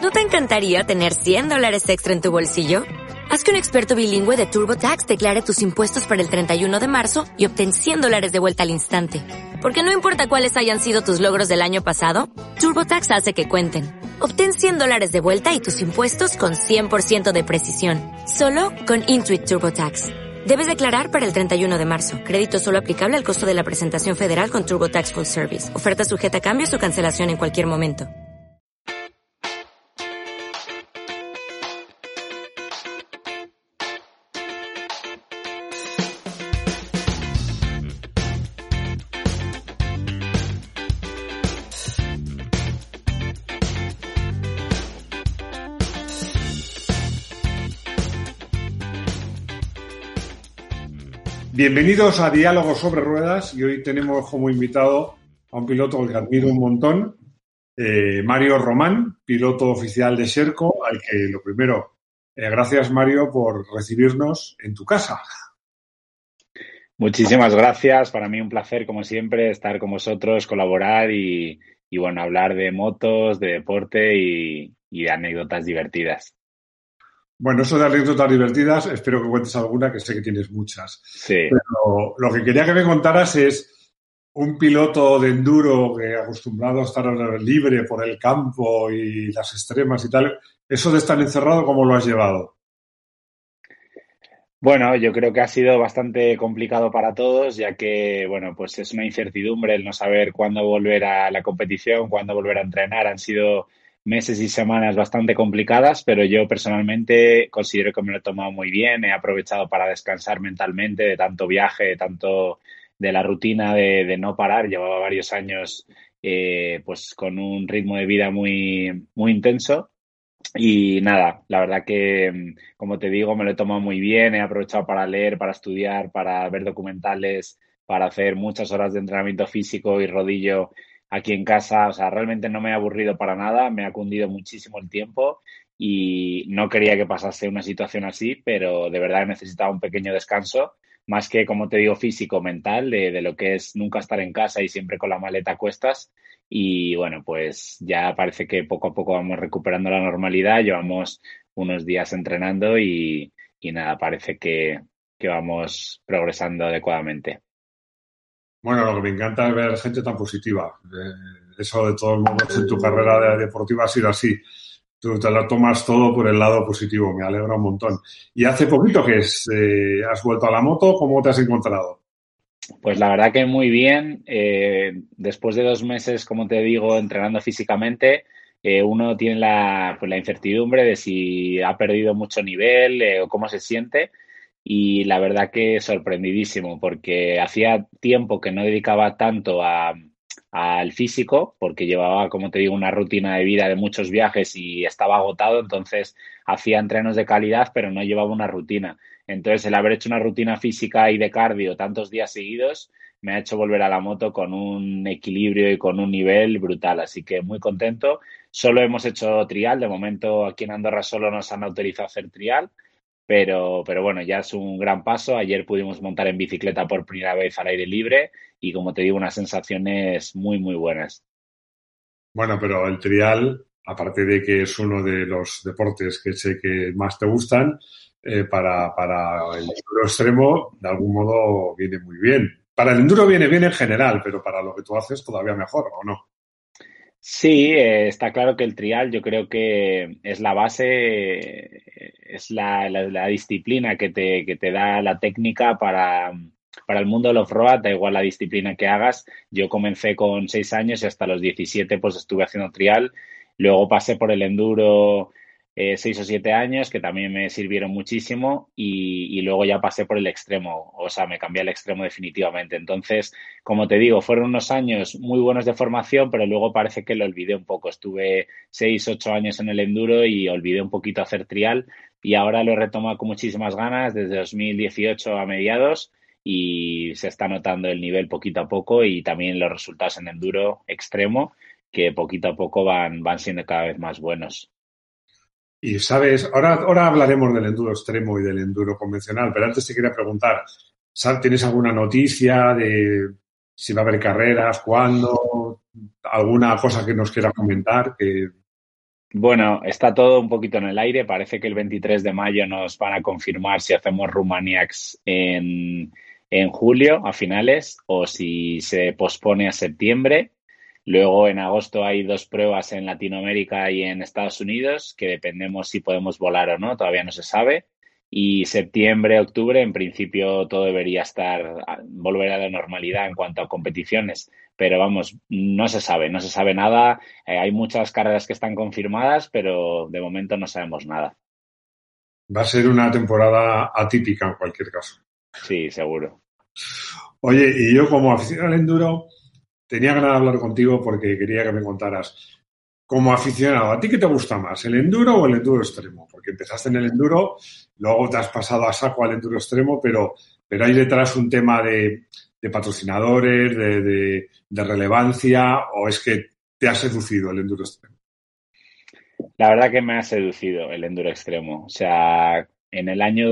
¿No te encantaría tener $100 extra en tu bolsillo? Haz que un experto bilingüe de TurboTax declare tus impuestos para el 31 de marzo y obtén $100 de vuelta al instante. Porque no importa cuáles hayan sido tus logros del año pasado, TurboTax hace que cuenten. Obtén $100 de vuelta y tus impuestos con 100% de precisión. Solo con Intuit TurboTax. Debes declarar para el 31 de marzo. Crédito solo aplicable al costo de la presentación federal con TurboTax Full Service. Oferta sujeta a cambios o cancelación en cualquier momento. Bienvenidos a Diálogos sobre Ruedas y hoy tenemos como invitado a un piloto al que admiro un montón, Mario Román, piloto oficial de Sherco, al que lo primero, gracias Mario por recibirnos en tu casa. Muchísimas gracias, para mí un placer como siempre estar con vosotros, colaborar y bueno, hablar de motos, de deporte y de anécdotas divertidas. Bueno, eso de anécdotas divertidas, espero que cuentes alguna, que sé que tienes muchas. Sí. Pero lo que quería que me contaras es un piloto de enduro que acostumbrado a estar libre por el campo y las extremas y tal, eso de estar encerrado, ¿cómo lo has llevado? Bueno, yo creo que ha sido bastante complicado para todos, ya que, bueno, pues es una incertidumbre el no saber cuándo volver a la competición, cuándo volver a entrenar. Han sido meses y semanas bastante complicadas, pero yo personalmente considero que me lo he tomado muy bien. He aprovechado para descansar mentalmente de tanto viaje, de tanto de la rutina de no parar. Llevaba varios años pues con un ritmo de vida muy, muy intenso. Y nada, la verdad que, como te digo, me lo he tomado muy bien. He aprovechado para leer, para estudiar, para ver documentales, para hacer muchas horas de entrenamiento físico y rodillo aquí en casa. O sea, realmente no me he aburrido para nada. Me ha cundido muchísimo el tiempo y no quería que pasase una situación así, pero de verdad he necesitado un pequeño descanso, más que, como te digo, físico, mental, de lo que es nunca estar en casa y siempre con la maleta a cuestas. Y bueno, pues ya parece que poco a poco vamos recuperando la normalidad. Llevamos unos días entrenando y nada, parece que vamos progresando adecuadamente. Bueno, lo que me encanta es ver gente tan positiva. Eso de todos modos en tu carrera deportiva ha sido así. Tú te lo tomas todo por el lado positivo. Me alegra un montón. Y hace poquito que has vuelto a la moto, ¿cómo te has encontrado? Pues la verdad que muy bien. Después de 2 meses, como te digo, entrenando físicamente, uno tiene pues la incertidumbre de si ha perdido mucho nivel o cómo se siente. Y la verdad que sorprendidísimo, porque hacía tiempo que no dedicaba tanto al físico, porque llevaba, como te digo, una rutina de vida de muchos viajes y estaba agotado, entonces hacía entrenos de calidad, pero no llevaba una rutina. Entonces, el haber hecho una rutina física y de cardio tantos días seguidos me ha hecho volver a la moto con un equilibrio y con un nivel brutal. Así que muy contento. Solo hemos hecho trial. De momento, aquí en Andorra solo nos han autorizado a hacer trial. Pero bueno, ya es un gran paso. Ayer pudimos montar en bicicleta por primera vez al aire libre y, como te digo, unas sensaciones muy, muy buenas. Bueno, pero el trial, aparte de que es uno de los deportes que sé que más te gustan, para el enduro extremo, de algún modo viene muy bien. Para el enduro viene bien en general, pero para lo que tú haces todavía mejor, ¿o no? Sí, está claro que el trial yo creo que es la base, es la disciplina que te da la técnica para el mundo del off-road, da igual la disciplina que hagas. Yo comencé con 6 años y hasta los 17 pues estuve haciendo trial. Luego pasé por el enduro 6 o 7 años, que también me sirvieron muchísimo, y luego ya pasé por el extremo, o sea, me cambié al extremo definitivamente. Entonces, como te digo, fueron unos años muy buenos de formación, pero luego parece que lo olvidé un poco. Estuve 6, 8 años en el enduro y olvidé un poquito hacer trial, y ahora lo he retomado con muchísimas ganas desde 2018 a mediados, y se está notando el nivel poquito a poco y también los resultados en enduro extremo, que poquito a poco van siendo cada vez más buenos. Y sabes, ahora hablaremos del enduro extremo y del enduro convencional, pero antes te quería preguntar, ¿tienes alguna noticia de si va a haber carreras, cuándo, alguna cosa que nos quieras comentar? Bueno, está todo un poquito en el aire. Parece que el 23 de mayo nos van a confirmar si hacemos Rumaniacs en julio, a finales, o si se pospone a septiembre. Luego, en agosto hay 2 pruebas en Latinoamérica y en Estados Unidos, que dependemos si podemos volar o no, todavía no se sabe. Y septiembre, octubre, en principio todo debería volver a la normalidad en cuanto a competiciones. Pero vamos, no se sabe nada. Hay muchas carreras que están confirmadas, pero de momento no sabemos nada. Va a ser una temporada atípica en cualquier caso. Sí, seguro. Oye, y yo como aficionado al enduro tenía ganas de hablar contigo porque quería que me contaras, como aficionado, ¿a ti qué te gusta más, el enduro o el enduro extremo? Porque empezaste en el enduro, luego te has pasado a saco al enduro extremo, pero hay detrás un tema de patrocinadores, de relevancia, o es que te ha seducido el enduro extremo. La verdad que me ha seducido el enduro extremo. O sea, en el año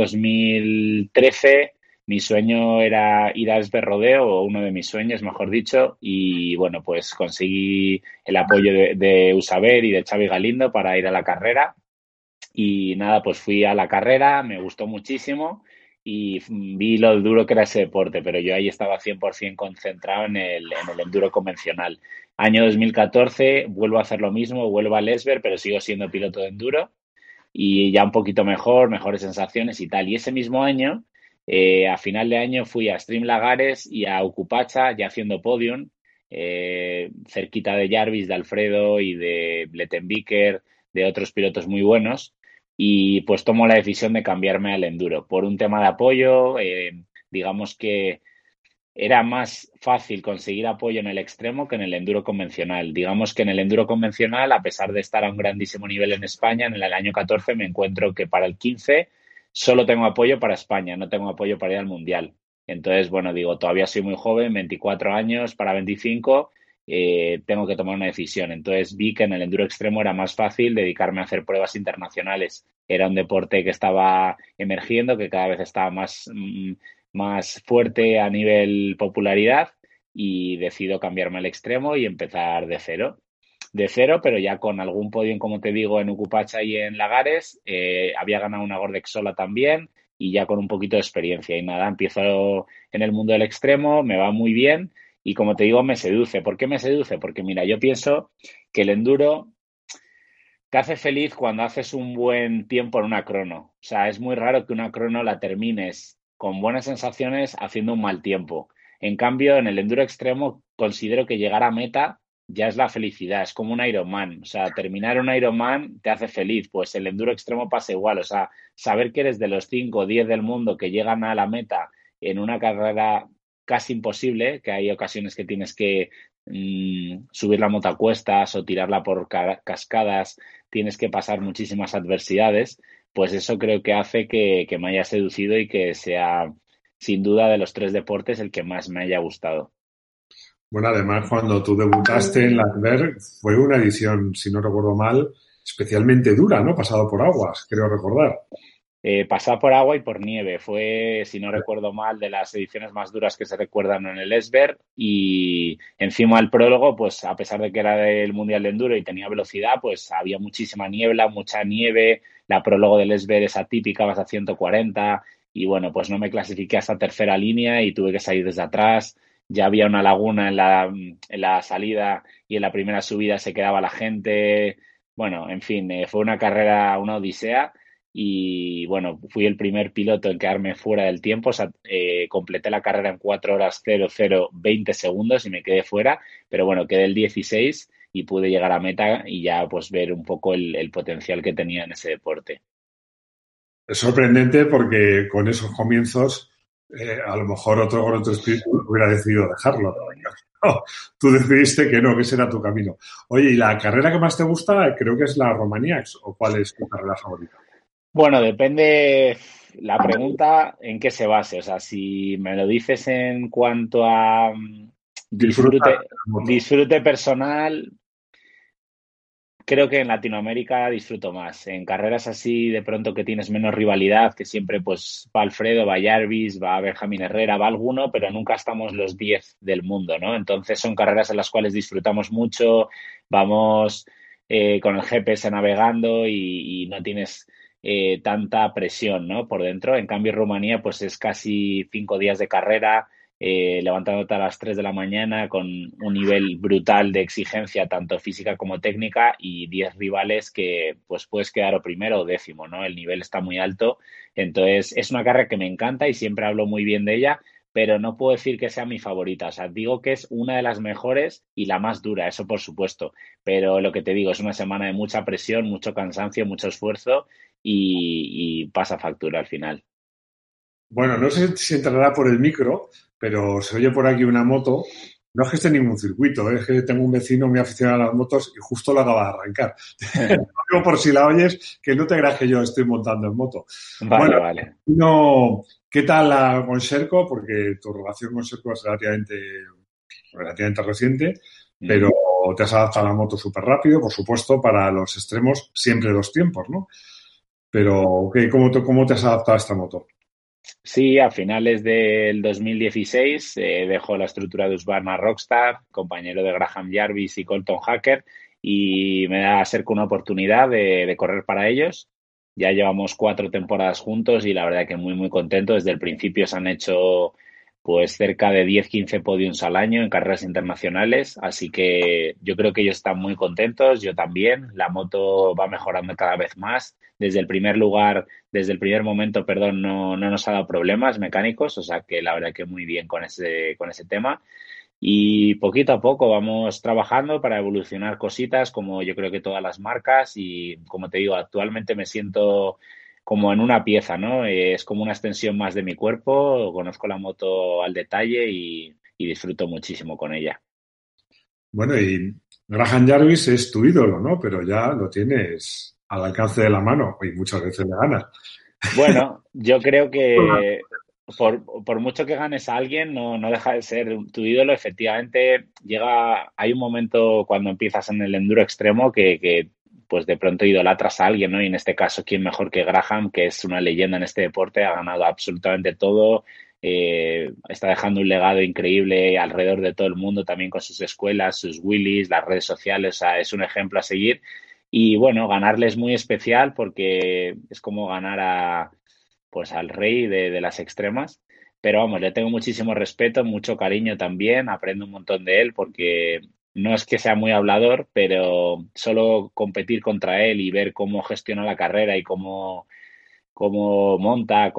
2013 mi sueño era ir a Esber Rodeo, o uno de mis sueños, mejor dicho, y bueno, pues conseguí el apoyo de Usaber y de Xavi Galindo para ir a la carrera. Y nada, pues fui a la carrera, me gustó muchísimo y vi lo duro que era ese deporte, pero yo ahí estaba 100% concentrado en el enduro convencional. Año 2014, vuelvo a hacer lo mismo, vuelvo al Esber, pero sigo siendo piloto de enduro y ya un poquito mejor, mejores sensaciones y tal. Y ese mismo año, a final de año, fui a Stream Lagares y a Ocupacha, ya haciendo podium, cerquita de Jarvis, de Alfredo y de Blettenbiker, de otros pilotos muy buenos. Y pues tomo la decisión de cambiarme al enduro por un tema de apoyo. Digamos que era más fácil conseguir apoyo en el extremo que en el enduro convencional. Digamos que en el enduro convencional, a pesar de estar a un grandísimo nivel en España, en el año 14 me encuentro que para el 15 solo tengo apoyo para España, no tengo apoyo para ir al Mundial. Entonces, bueno, digo, todavía soy muy joven, 24 años para 25, tengo que tomar una decisión. Entonces vi que en el enduro extremo era más fácil dedicarme a hacer pruebas internacionales. Era un deporte que estaba emergiendo, que cada vez estaba más fuerte a nivel popularidad y decido cambiarme al extremo y empezar de cero. De cero, pero ya con algún podium, como te digo, en Ucupacha y en Lagares. Había ganado una Gordexola también y ya con un poquito de experiencia. Y nada, empiezo en el mundo del extremo, me va muy bien y como te digo, me seduce. ¿Por qué me seduce? Porque mira, yo pienso que el enduro te hace feliz cuando haces un buen tiempo en una crono. O sea, es muy raro que una crono la termines con buenas sensaciones haciendo un mal tiempo. En cambio, en el enduro extremo considero que llegar a meta ya es la felicidad, es como un Ironman. O sea, terminar un Ironman te hace feliz, pues el enduro extremo pasa igual. O sea, saber que eres de los 5 o 10 del mundo que llegan a la meta en una carrera casi imposible, que hay ocasiones que tienes que subir la moto a cuestas o tirarla por cascadas, tienes que pasar muchísimas adversidades, pues eso creo que hace que me haya seducido y que sea, sin duda, de los 3 deportes el que más me haya gustado. Bueno, además, cuando tú debutaste en la Adver, fue una edición, si no recuerdo mal, especialmente dura, ¿no? Pasado por aguas, creo recordar. Pasar por agua y por nieve fue, si no recuerdo mal, de las ediciones más duras que se recuerdan en el Esber. Y encima el prólogo, pues a pesar de que era del Mundial de Enduro y tenía velocidad, pues había muchísima niebla, mucha nieve. La prólogo del Esber es atípica, vas a 140 y bueno, pues no me clasifiqué hasta tercera línea y tuve que salir desde atrás. Ya había una laguna en la salida y en la primera subida se quedaba la gente. Bueno, en fin, fue una carrera, una odisea y bueno, fui el primer piloto en quedarme fuera del tiempo. O sea, completé la carrera en 4 horas 00:20 segundos y me quedé fuera, pero bueno, quedé el 16 y pude llegar a meta y ya pues ver un poco el potencial que tenía en ese deporte. Es sorprendente porque con esos comienzos, a lo mejor otro con otro espíritu hubiera decidido dejarlo. No, tú decidiste que no, que ese era tu camino. Oye, ¿y la carrera que más te gusta? Creo que es la Romaniacs, ¿o cuál es tu carrera favorita? Bueno, depende la pregunta en qué se base. O sea, si me lo dices en cuanto a Disfrutar disfrute, de la moto. disfrute personal, creo que en Latinoamérica disfruto más. En carreras así, de pronto que tienes menos rivalidad, que siempre pues va Alfredo, va Jarvis, va Benjamín Herrera, va alguno, pero nunca estamos los 10 del mundo, ¿no? Entonces son carreras en las cuales disfrutamos mucho, vamos con el GPS navegando y no tienes tanta presión, ¿no? Por dentro. En cambio, Rumanía, pues es casi 5 días de carrera, levantándote a las 3 de la mañana con un nivel brutal de exigencia, tanto física como técnica, y 10 rivales que pues puedes quedar o primero o décimo, ¿no? El nivel está muy alto. Entonces, es una carrera que me encanta y siempre hablo muy bien de ella, pero no puedo decir que sea mi favorita. O sea, digo que es una de las mejores y la más dura, eso por supuesto. Pero lo que te digo, es una semana de mucha presión, mucho cansancio, mucho esfuerzo y pasa factura al final. Bueno, no sé si entrará por el micro, pero se oye por aquí una moto. No es que esté en ningún circuito, es que tengo un vecino muy aficionado a las motos y justo lo acaba de arrancar. Digo, por si la oyes, que no te creas que yo estoy montando en moto. Vale, Bueno, vale. no, ¿qué tal con Sherco? Porque tu relación con Sherco es relativamente reciente, pero te has adaptado a la moto súper rápido, por supuesto, para los extremos, siempre 2 tiempos, ¿no? Pero, ¿cómo te has adaptado a esta moto? Sí, a finales del 2016 dejó la estructura de Husqvarna Rockstar, compañero de Graham Jarvis y Colton Hacker, y me da a ser con una oportunidad de correr para ellos. Ya llevamos 4 temporadas juntos y la verdad que muy, muy contento. Desde el principio se han hecho pues cerca de 10-15 podiums al año en carreras internacionales, así que yo creo que ellos están muy contentos, yo también. La moto va mejorando cada vez más. Desde el primer momento, perdón, no nos ha dado problemas mecánicos, o sea que la verdad que muy bien con ese tema. Y poquito a poco vamos trabajando para evolucionar cositas, como yo creo que todas las marcas. Y como te digo, actualmente me siento como en una pieza, ¿no? Es como una extensión más de mi cuerpo, conozco la moto al detalle y disfruto muchísimo con ella. Bueno, y Graham Jarvis es tu ídolo, ¿no? Pero ya lo tienes al alcance de la mano y muchas veces le ganas. Bueno, yo creo que por mucho que ganes a alguien, no deja de ser tu ídolo. Efectivamente, hay un momento cuando empiezas en el enduro extremo que pues de pronto idolatras a alguien, ¿no? Y en este caso, ¿quién mejor que Graham, que es una leyenda en este deporte? Ha ganado absolutamente todo. Está dejando un legado increíble alrededor de todo el mundo, también con sus escuelas, sus Willys, las redes sociales. O sea, es un ejemplo a seguir. Y bueno, ganarle es muy especial porque es como ganar pues al rey de las extremas. Pero vamos, le tengo muchísimo respeto, mucho cariño también, aprendo un montón de él porque no es que sea muy hablador, pero solo competir contra él y ver cómo gestiona la carrera y cómo monta,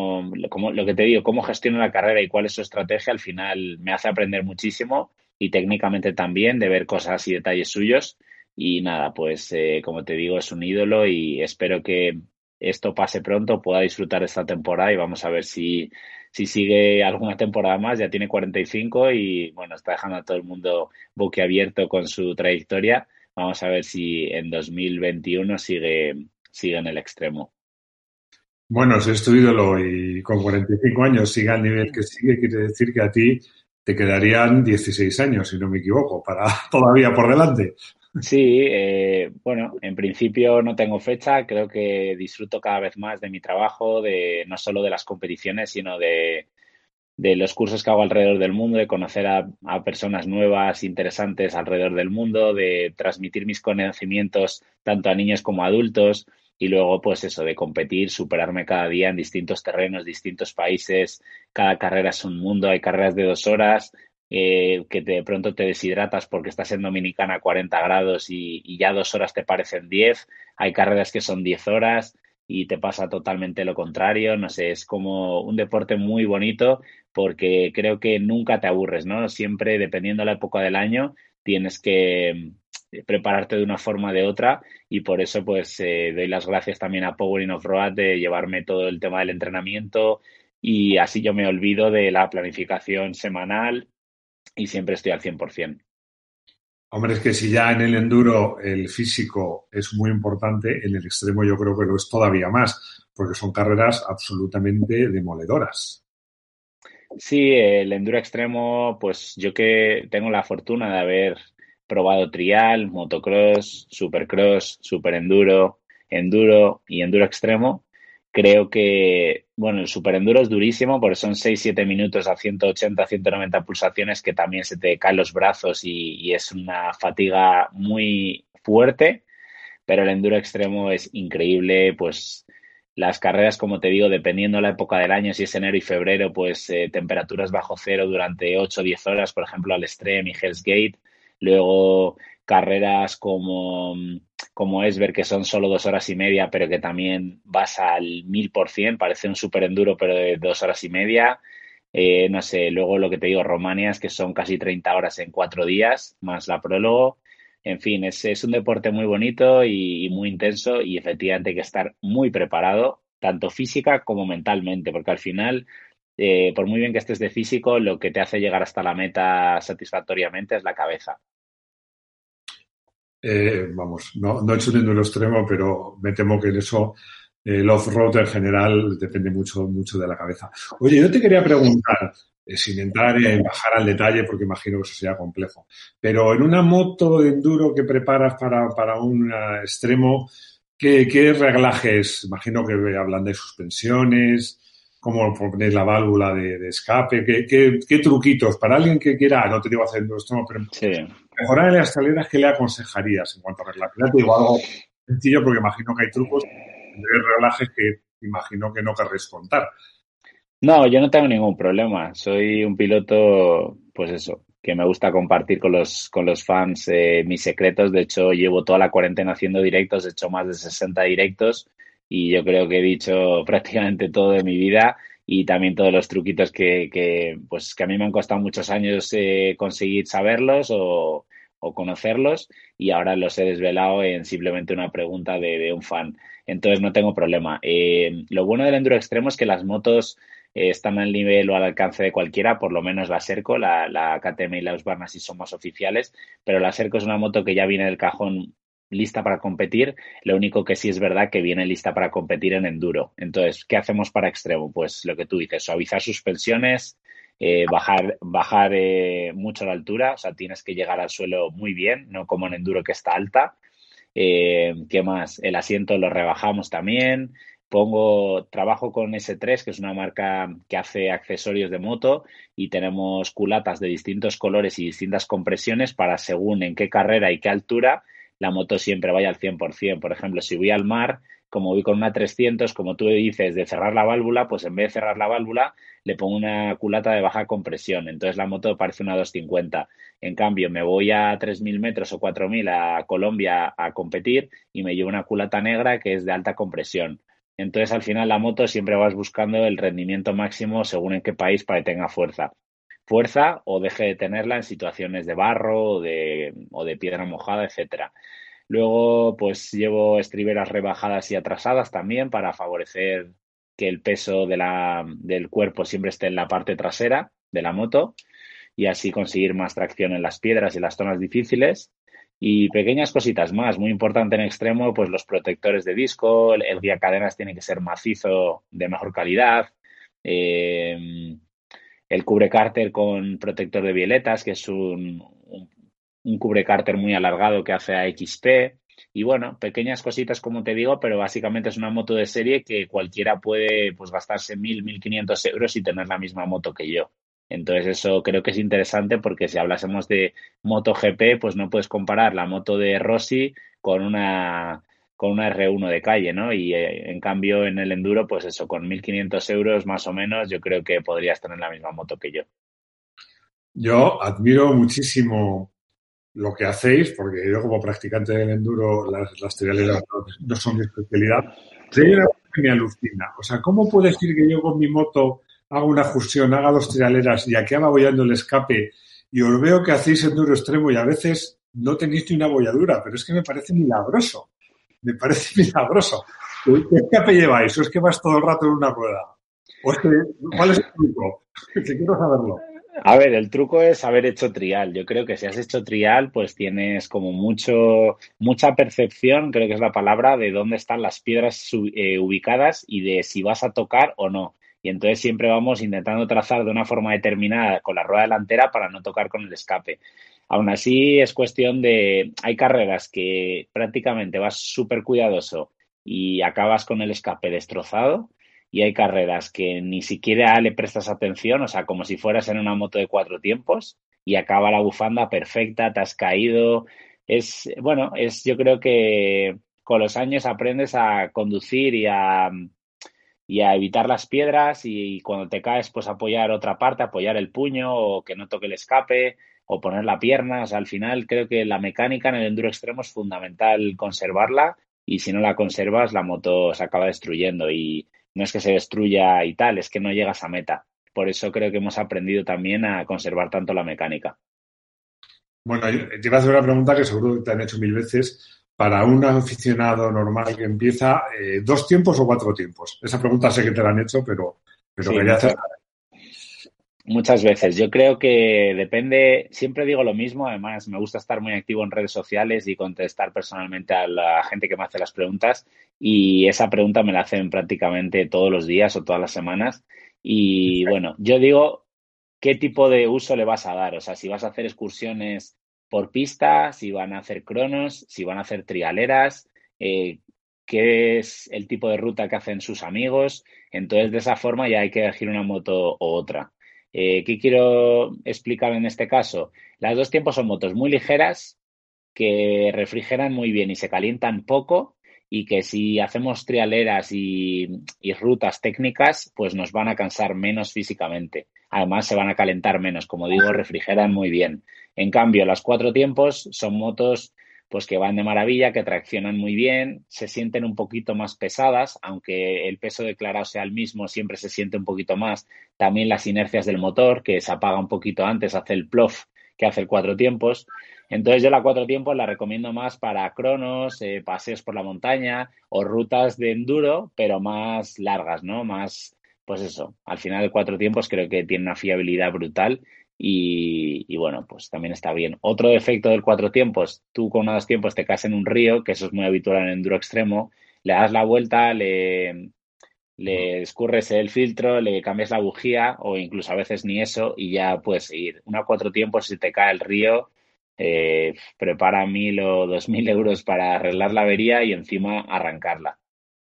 lo que te digo, cómo gestiona la carrera y cuál es su estrategia, al final me hace aprender muchísimo y técnicamente también de ver cosas y detalles suyos. Y nada, pues como te digo, es un ídolo y espero que esto pase pronto, pueda disfrutar esta temporada y vamos a ver si sigue alguna temporada más. Ya tiene 45 y bueno, está dejando a todo el mundo boquiabierto con su trayectoria. Vamos a ver si en 2021 sigue en el extremo. Bueno, si es tu ídolo y con 45 años sigue al nivel que sigue, quiere decir que a ti te quedarían 16 años, si no me equivoco, para todavía por delante. Sí, bueno, en principio no tengo fecha, creo que disfruto cada vez más de mi trabajo, de no solo de las competiciones, sino de los cursos que hago alrededor del mundo, de conocer a personas nuevas, interesantes alrededor del mundo, de transmitir mis conocimientos tanto a niños como a adultos y luego pues eso, de competir, superarme cada día en distintos terrenos, distintos países, cada carrera es un mundo, hay carreras de 2 horas. Que de pronto te deshidratas porque estás en Dominicana a 40 grados y ya 2 horas te parecen 10. Hay carreras que son 10 horas y te pasa totalmente lo contrario. No sé, es como un deporte muy bonito porque creo que nunca te aburres, ¿no? Siempre, dependiendo de la época del año, tienes que prepararte de una forma o de otra y por eso pues doy las gracias también a Powering Off-Road de llevarme todo el tema del entrenamiento y así yo me olvido de la planificación semanal y siempre estoy al 100%. Hombre, es que si ya en el enduro el físico es muy importante, en el extremo yo creo que lo es todavía más, porque son carreras absolutamente demoledoras. Sí, el enduro extremo, pues yo que tengo la fortuna de haber probado trial, motocross, supercross, superenduro, enduro y enduro extremo, creo que, bueno, el superenduro es durísimo porque son 6-7 minutos a 180, 190 pulsaciones que también se te caen los brazos y es una fatiga muy fuerte, pero el enduro extremo es increíble, pues las carreras, como te digo, dependiendo la época del año, si es enero y febrero, pues temperaturas bajo cero durante 8 o 10 horas, por ejemplo, al Extreme y Hell's Gate. Luego carreras como Esber, que son solo 2 horas y media, pero que también vas al 1000%, parece un super enduro, pero de 2 horas y media. No sé, luego lo que te digo, Romanias, que son casi 30 horas en 4 días, más la prólogo. En fin, es un deporte muy bonito y muy intenso y efectivamente hay que estar muy preparado, tanto física como mentalmente, porque al final, por muy bien que estés de físico, lo que te hace llegar hasta la meta satisfactoriamente es la cabeza. Vamos, no he hecho un enduro extremo, pero me temo que en eso el off-road en general depende mucho, mucho de la cabeza. Oye, yo te quería preguntar, sin entrar en bajar al detalle, porque imagino que eso sea complejo, pero en una moto de enduro que preparas para un extremo, ¿qué reglajes? Imagino que hablan de suspensiones, cómo ponéis la válvula de escape, qué truquitos para alguien que quiera, no te digo hacer enduro extremo, pero Sí. mejorar en las escaleras, ¿qué le aconsejarías en cuanto a reglas? Ya te digo algo sencillo porque imagino que hay trucos de reglajes que imagino que no querréis contar. No, yo no tengo ningún problema. Soy un piloto, pues eso, que me gusta compartir con los fans mis secretos. De hecho, llevo toda la cuarentena haciendo directos, he hecho más de 60 directos y yo creo que he dicho prácticamente todo de mi vida y también todos los truquitos pues, que a mí me han costado muchos años conseguir saberlos o conocerlos y ahora los he desvelado en simplemente una pregunta de un fan. Entonces no tengo problema. Lo bueno del enduro extremo es que las motos están al nivel o al alcance de cualquiera, por lo menos la Serco, la KTM y la Husqvarna sí son más oficiales, pero la Serco es una moto que ya viene del cajón lista para competir, lo único que sí es verdad que viene lista para competir en enduro. Entonces, ¿qué hacemos para extremo? Pues lo que tú dices, suavizar suspensiones, bajar mucho la altura, o sea, tienes que llegar al suelo muy bien, no como en enduro que está alta. ¿Qué más? El asiento lo rebajamos también. Trabajo con S3, que es una marca que hace accesorios de moto y tenemos culatas de distintos colores y distintas compresiones para según en qué carrera y qué altura la moto siempre vaya al 100%. Por ejemplo, si voy al mar, como voy con una 300, como tú dices, de cerrar la válvula, pues en vez de cerrar la válvula, le pongo una culata de baja compresión. Entonces la moto parece una 250. En cambio, me voy a 3.000 metros o 4.000 a Colombia a competir y me llevo una culata negra que es de alta compresión. Entonces, al final, la moto siempre vas buscando el rendimiento máximo según en qué país para que tenga fuerza. Fuerza o deje de tenerla en situaciones de barro o de piedra mojada, etcétera. Luego, pues llevo estriberas rebajadas y atrasadas también para favorecer que el peso del cuerpo siempre esté en la parte trasera de la moto y así conseguir más tracción en las piedras y las zonas difíciles. Y pequeñas cositas más, muy importante en extremo, pues los protectores de disco, el guiacadenas tiene que ser macizo de mejor calidad, el cubrecárter con protector de violetas, que es un cubrecárter muy alargado que hace a XP. Y bueno, pequeñas cositas como te digo, pero básicamente es una moto de serie que cualquiera puede pues gastarse 1.000, 1.500 euros y tener la misma moto que yo. Entonces eso creo que es interesante porque si hablásemos de MotoGP, pues no puedes comparar la moto de Rossi con una R1 de calle, ¿no? Y en cambio en el enduro, pues eso, con 1.500 euros más o menos, yo creo que podrías tener la misma moto que yo. Yo admiro muchísimo lo que hacéis, porque yo como practicante del enduro, las trialeras no son mi especialidad. Pero hay una cosa que me alucina. O sea, ¿cómo puede decir que yo con mi moto hago una fusión, haga 2 trialeras y aquí abollando el escape y os veo que hacéis enduro extremo y a veces no tenéis ni una abolladura? Pero es que me parece milagroso. Me parece milagroso. ¿Qué escape lleváis? ¿O es que vas todo el rato en una rueda? ¿O es que, cuál es el truco? Que quiero saberlo. A ver, el truco es haber hecho trial. Yo creo que si has hecho trial, pues tienes como mucha percepción, creo que es la palabra, de dónde están las piedras ubicadas y de si vas a tocar o no. Y entonces siempre vamos intentando trazar de una forma determinada con la rueda delantera para no tocar con el escape. Aún así, es cuestión de... Hay carreras que prácticamente vas súper cuidadoso y acabas con el escape destrozado y hay carreras que ni siquiera le prestas atención, o sea, como si fueras en una moto de 4 tiempos y acaba la bufanda perfecta, te has caído, yo creo que con los años aprendes a conducir y a evitar las piedras y cuando te caes, pues apoyar otra parte, apoyar el puño o que no toque el escape o poner la pierna. O sea, al final creo que la mecánica en el enduro extremo es fundamental conservarla y si no la conservas, la moto se acaba destruyendo y no es que se destruya y tal, es que no llegas a meta. Por eso creo que hemos aprendido también a conservar tanto la mecánica. Bueno, te iba a hacer una pregunta que seguro que te han hecho mil veces. Para un aficionado normal que empieza, ¿2 tiempos o 4 tiempos? Esa pregunta sé que te la han hecho, pero Sí, quería hacer. muchas veces. Yo creo que depende, siempre digo lo mismo, además me gusta estar muy activo en redes sociales y contestar personalmente a la gente que me hace las preguntas y esa pregunta me la hacen prácticamente todos los días o todas las semanas y bueno, yo digo qué tipo de uso le vas a dar, o sea, si vas a hacer excursiones por pista, si van a hacer cronos, si van a hacer trialeras, eh, qué es el tipo de ruta que hacen sus amigos, entonces de esa forma ya hay que elegir una moto u otra. ¿Qué quiero explicar en este caso? Las dos tiempos son motos muy ligeras que refrigeran muy bien y se calientan poco y que si hacemos trialeras y rutas técnicas, pues nos van a cansar menos físicamente. Además, se van a calentar menos, como digo, refrigeran muy bien. En cambio, las cuatro tiempos son motos pues que van de maravilla, que traccionan muy bien, se sienten un poquito más pesadas, aunque el peso declarado sea el mismo, siempre se siente un poquito más. También las inercias del motor, que se apaga un poquito antes, hace el plof que hace el cuatro tiempos. Entonces yo la cuatro tiempos la recomiendo más para cronos, paseos por la montaña o rutas de enduro, pero más largas, ¿no? Más, pues eso, al final el cuatro tiempos creo que tiene una fiabilidad brutal y bueno, pues también está bien. Otro defecto del cuatro tiempos, tú con unos tiempos te caes en un río, que eso es muy habitual en el enduro extremo, le das la vuelta, le escurres el filtro, le cambias la bujía o incluso a veces ni eso y ya puedes seguir. Una cuatro tiempos, si te cae el río, prepara 1.000 o 2.000 euros para arreglar la avería y encima arrancarla.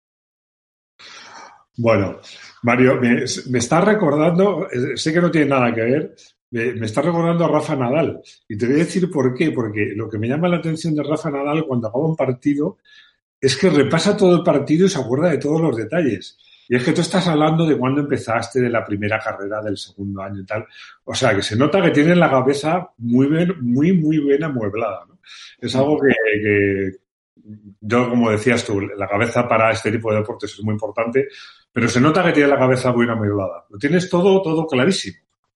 Bueno, Mario, me está recordando, sé que no tiene nada que ver, me está recordando a Rafa Nadal. Y te voy a decir por qué, porque lo que me llama la atención de Rafa Nadal cuando acaba un partido es que repasa todo el partido y se acuerda de todos los detalles. Y es que tú estás hablando de cuando empezaste, de la primera carrera, del segundo año y tal. O sea, que se nota que tienes la cabeza muy bien amueblada, ¿no? Es algo que yo, como decías tú, la cabeza para este tipo de deportes es muy importante, pero se nota que tienes la cabeza muy amueblada. Lo tienes todo clarísimo.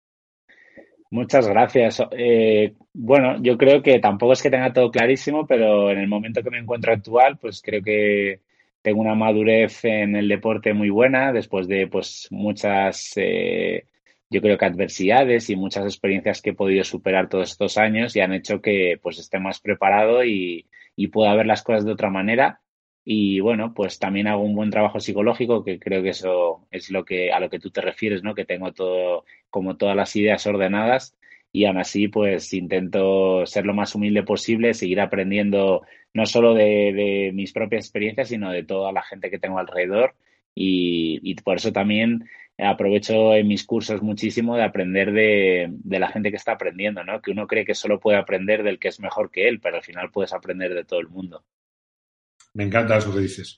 Muchas gracias. Bueno, yo creo que tampoco es que tenga todo clarísimo, pero en el momento que me encuentro actual, pues creo que tengo una madurez en el deporte muy buena después de pues muchas, yo creo que adversidades y muchas experiencias que he podido superar todos estos años y han hecho que pues esté más preparado y pueda ver las cosas de otra manera. Y bueno, pues también hago un buen trabajo psicológico, que creo que eso es a lo que tú te refieres, ¿no? Que tengo todo como todas las ideas ordenadas y aún así pues intento ser lo más humilde posible, seguir aprendiendo no solo de mis propias experiencias, sino de toda la gente que tengo alrededor y por eso también aprovecho en mis cursos muchísimo de aprender de la gente que está aprendiendo, ¿no? Que uno cree que solo puede aprender del que es mejor que él, pero al final puedes aprender de todo el mundo. Me encanta eso que dices.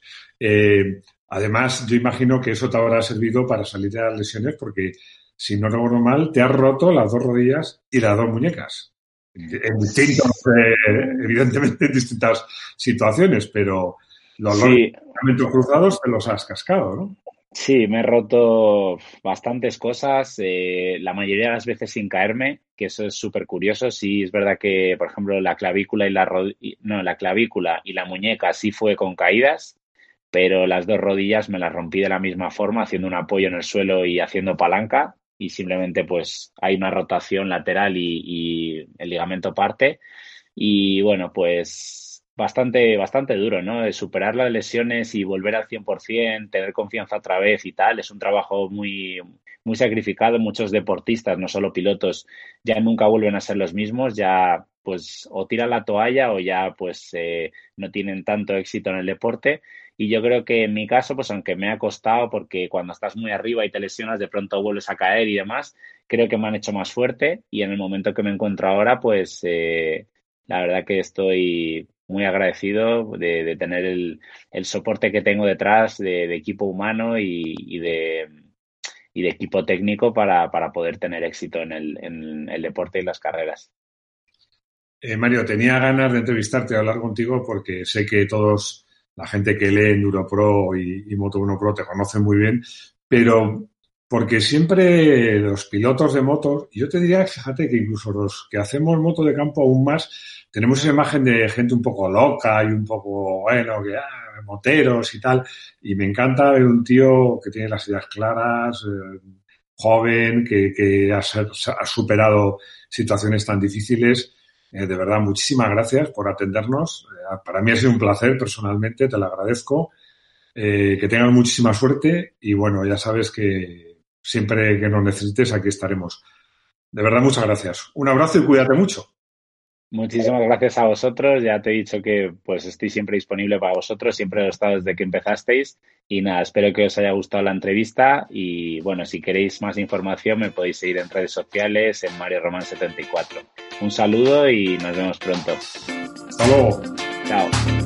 Además, yo imagino que eso te habrá servido para salir de las lesiones porque, si no recuerdo mal, te has roto las 2 rodillas y las 2 muñecas. En distintos, evidentemente en distintas situaciones, pero los Sí, ligamentos cruzados te los has cascado, ¿no? sí, me he roto bastantes cosas, la mayoría de las veces sin caerme, que eso es súper curioso. Sí, es verdad que, por ejemplo, la clavícula no, la clavícula y la muñeca sí fue con caídas, pero las dos rodillas me las rompí de la misma forma, haciendo un apoyo en el suelo y haciendo palanca, y simplemente pues hay una rotación lateral y el ligamento parte. Y bueno, pues bastante duro, ¿no? De superar las lesiones y volver al 100%, tener confianza otra vez y tal, es un trabajo muy sacrificado. Muchos deportistas, no solo pilotos, ya nunca vuelven a ser los mismos, ya pues o tiran la toalla o ya pues no tienen tanto éxito en el deporte. Y yo creo que en mi caso, pues aunque me ha costado, porque cuando estás muy arriba y te lesionas, de pronto vuelves a caer y demás, creo que me han hecho más fuerte y en el momento que me encuentro ahora, pues La verdad que estoy muy agradecido de tener el soporte que tengo detrás de equipo humano y de equipo técnico para poder tener éxito en el deporte y las carreras. Mario, tenía ganas de entrevistarte y hablar contigo porque sé que todos, la gente que lee EnduroPro y Moto1 Pro te conocen muy bien, pero porque siempre los pilotos de motos, y yo te diría, fíjate que incluso los que hacemos moto de campo aún más, tenemos esa imagen de gente un poco loca y un poco, bueno, que moteros y tal, y me encanta ver un tío que tiene las ideas claras, joven, que ha superado situaciones tan difíciles. De verdad, muchísimas gracias por atendernos. Para mí ha sido un placer personalmente, te lo agradezco. Que tengas muchísima suerte y bueno, ya sabes que siempre que nos necesites aquí estaremos. De verdad, muchas gracias. Un abrazo y cuídate mucho. Muchísimas gracias a vosotros. Ya te he dicho que pues estoy siempre disponible para vosotros, siempre lo he estado desde que empezasteis. Y nada, espero que os haya gustado la entrevista y bueno, si queréis más información me podéis seguir en redes sociales en Mario Román 74. Un saludo y nos vemos pronto. Hasta luego. Chao.